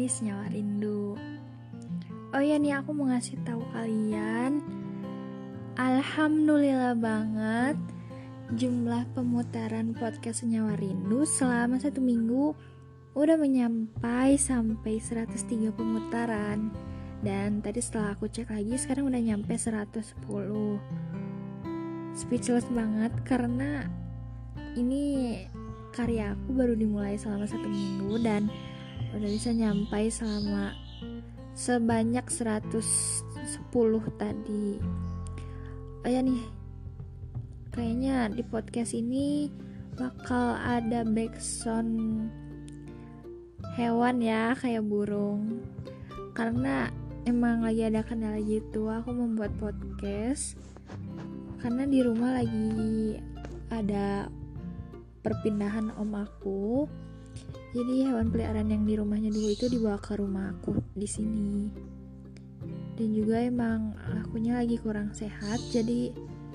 nih Senyawa Rindu. Oh ya nih, aku mau ngasih tahu kalian, alhamdulillah banget jumlah pemutaran podcast Senyawa Rindu selama 1 minggu udah sampai 103 pemutaran. Dan tadi setelah aku cek lagi, sekarang udah nyampe 110. Speechless banget karena ini karya aku baru dimulai selama 1 minggu dan udah bisa nyampai sebanyak 110 tadi. Oh ya nih, kayaknya di podcast ini bakal ada backsound hewan ya, kayak burung. Karena emang lagi ada kendala gitu, aku membuat podcast karena di rumah lagi ada perpindahan om aku. Jadi hewan peliharaan yang di rumahnya dulu itu dibawa ke rumah aku di sini. Dan juga emang akunya lagi kurang sehat, jadi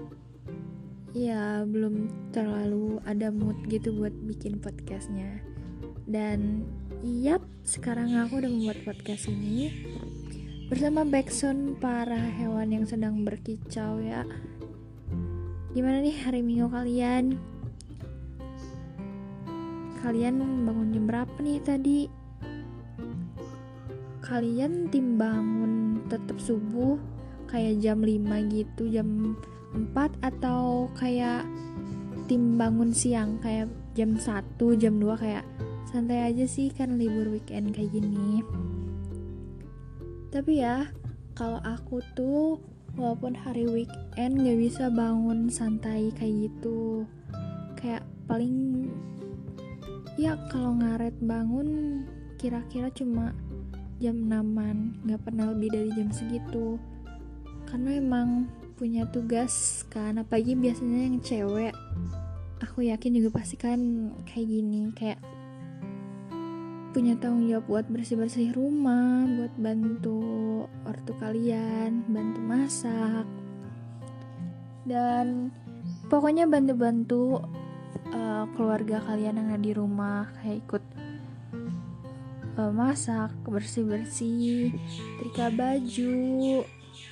ya belum terlalu ada mood gitu buat bikin podcastnya. Dan sekarang aku udah membuat podcast ini bersama backsound para hewan yang sedang berkicau ya. Gimana nih hari Minggu kalian? Kalian bangun jam berapa nih tadi? Kalian tim bangun tetap subuh kayak jam 5 gitu, jam 4, atau kayak tim bangun siang kayak jam 1, jam 2, kayak santai aja sih kan libur weekend kayak gini. Tapi ya, kalau aku tuh walaupun hari weekend gak bisa bangun santai kayak gitu. Kayak paling ya kalau ngaret bangun kira-kira cuma jam 6-an, gak pernah lebih dari jam segitu. Karena emang punya tugas kan, apalagi biasanya yang cewek. Aku yakin juga pasti kan kayak gini, kayak punya tanggung jawab buat bersih-bersih rumah, buat bantu ortu kalian, bantu masak, dan pokoknya bantu-bantu keluarga kalian yang ada di rumah, kayak ikut masak, bersih-bersih, setrika baju.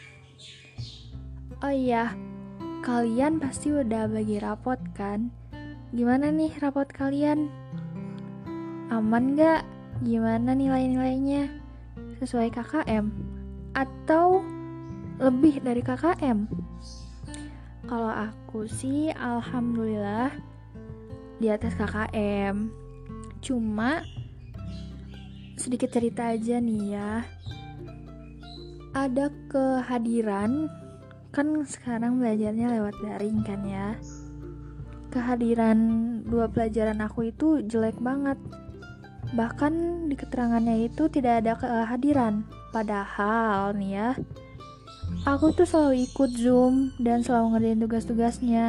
Oh iya, kalian pasti udah bagi rapot kan? Gimana nih rapot kalian? Aman gak? Gimana nilai-nilainya? Sesuai KKM? Atau lebih dari KKM? Kalau aku sih alhamdulillah di atas KKM. Cuma sedikit cerita aja nih ya. Ada kehadiran, kan sekarang belajarnya lewat daring kan ya. Kehadiran 2 pelajaran aku itu jelek banget. Bahkan di keterangannya itu tidak ada kehadiran. Padahal nih ya, aku tuh selalu ikut Zoom dan selalu ngerjain tugas-tugasnya.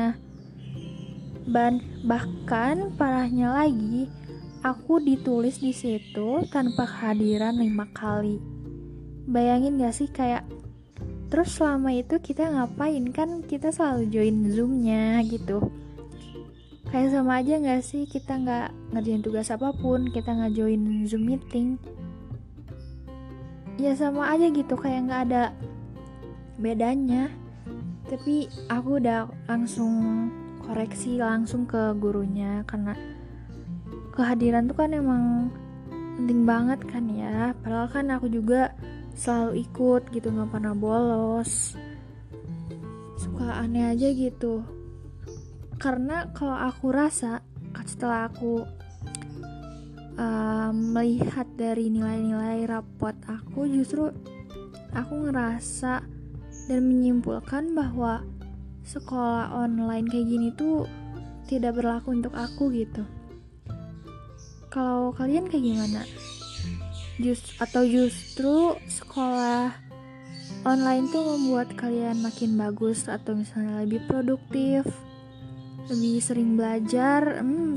Bahkan parahnya lagi, aku ditulis di situ tanpa kehadiran 5 kali. Bayangin gak sih, kayak terus selama itu kita ngapain? Kan kita selalu join Zoom-nya gitu. Kayak sama aja gak sih kita gak ngerjain tugas apapun, kita gak join Zoom meeting. Ya sama aja gitu, kayak gak ada bedanya. Tapi aku udah langsung koreksi langsung ke gurunya, karena kehadiran tuh kan emang penting banget kan ya. Padahal kan aku juga selalu ikut gitu, gak pernah bolos. Suka aneh aja gitu. Karena kalau aku rasa setelah aku melihat dari nilai-nilai rapot aku, justru aku ngerasa dan menyimpulkan bahwa sekolah online kayak gini tuh tidak berlaku untuk aku gitu. Kalau kalian kayak gimana? Justru sekolah online tuh membuat kalian makin bagus, atau misalnya lebih produktif, lebih sering belajar.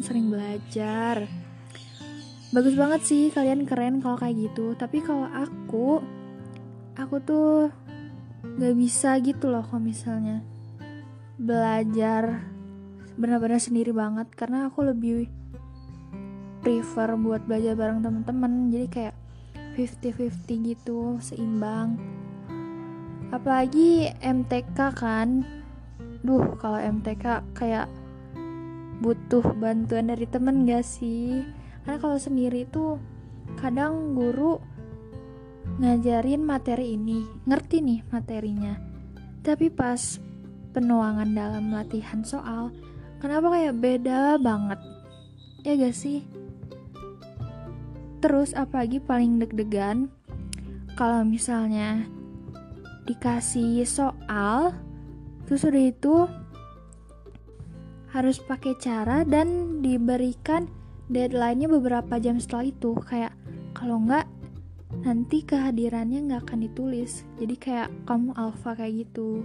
Bagus banget sih, kalian keren kalau kayak gitu. Tapi kalau aku tuh gak bisa gitu loh kalau misalnya belajar benar-benar sendiri banget, karena aku lebih prefer buat belajar bareng teman-teman. Jadi kayak 50-50 gitu, seimbang. Apalagi MTK kan, kalau MTK kayak butuh bantuan dari temen gak sih? Karena kalau sendiri tuh kadang guru ngajarin materi ini, ngerti nih materinya, tapi pas penuangan dalam latihan soal, kenapa kayak beda banget, ya gak sih? Terus apalagi paling deg-degan kalau misalnya dikasih soal, terus udah itu harus pakai cara dan diberikan deadline-nya beberapa jam setelah itu. Kayak kalau enggak nanti kehadirannya nggak akan ditulis, jadi kayak kamu alpha kayak gitu.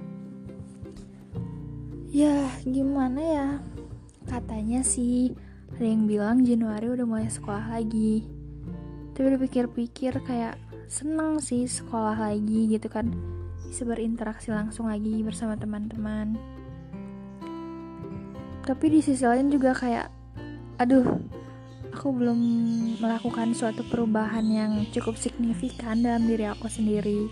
Ya gimana ya, katanya sih ada yang bilang Januari udah mulai sekolah lagi, tapi dipikir-pikir kayak seneng sih sekolah lagi gitu kan, bisa berinteraksi langsung lagi bersama teman-teman. Tapi di sisi lain juga kayak aku belum melakukan suatu perubahan yang cukup signifikan dalam diri aku sendiri,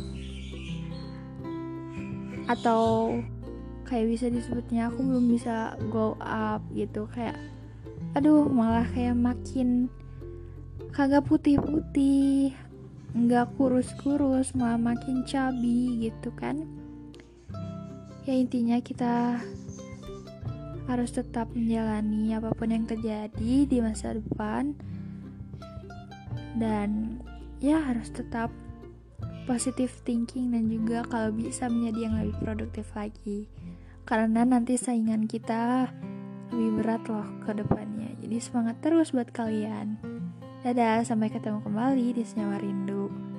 atau kayak bisa disebutnya aku belum bisa glow up gitu. Kayak malah kayak makin kagak putih-putih, nggak kurus-kurus, malah makin chubby gitu kan. Ya intinya kita harus tetap menjalani apapun yang terjadi di masa depan, dan ya harus tetap positive thinking, dan juga kalau bisa menjadi yang lebih produktif lagi, karena nanti saingan kita lebih berat loh ke depannya. Jadi semangat terus buat kalian. Dadah, sampai ketemu kembali di Senyawa Rindu.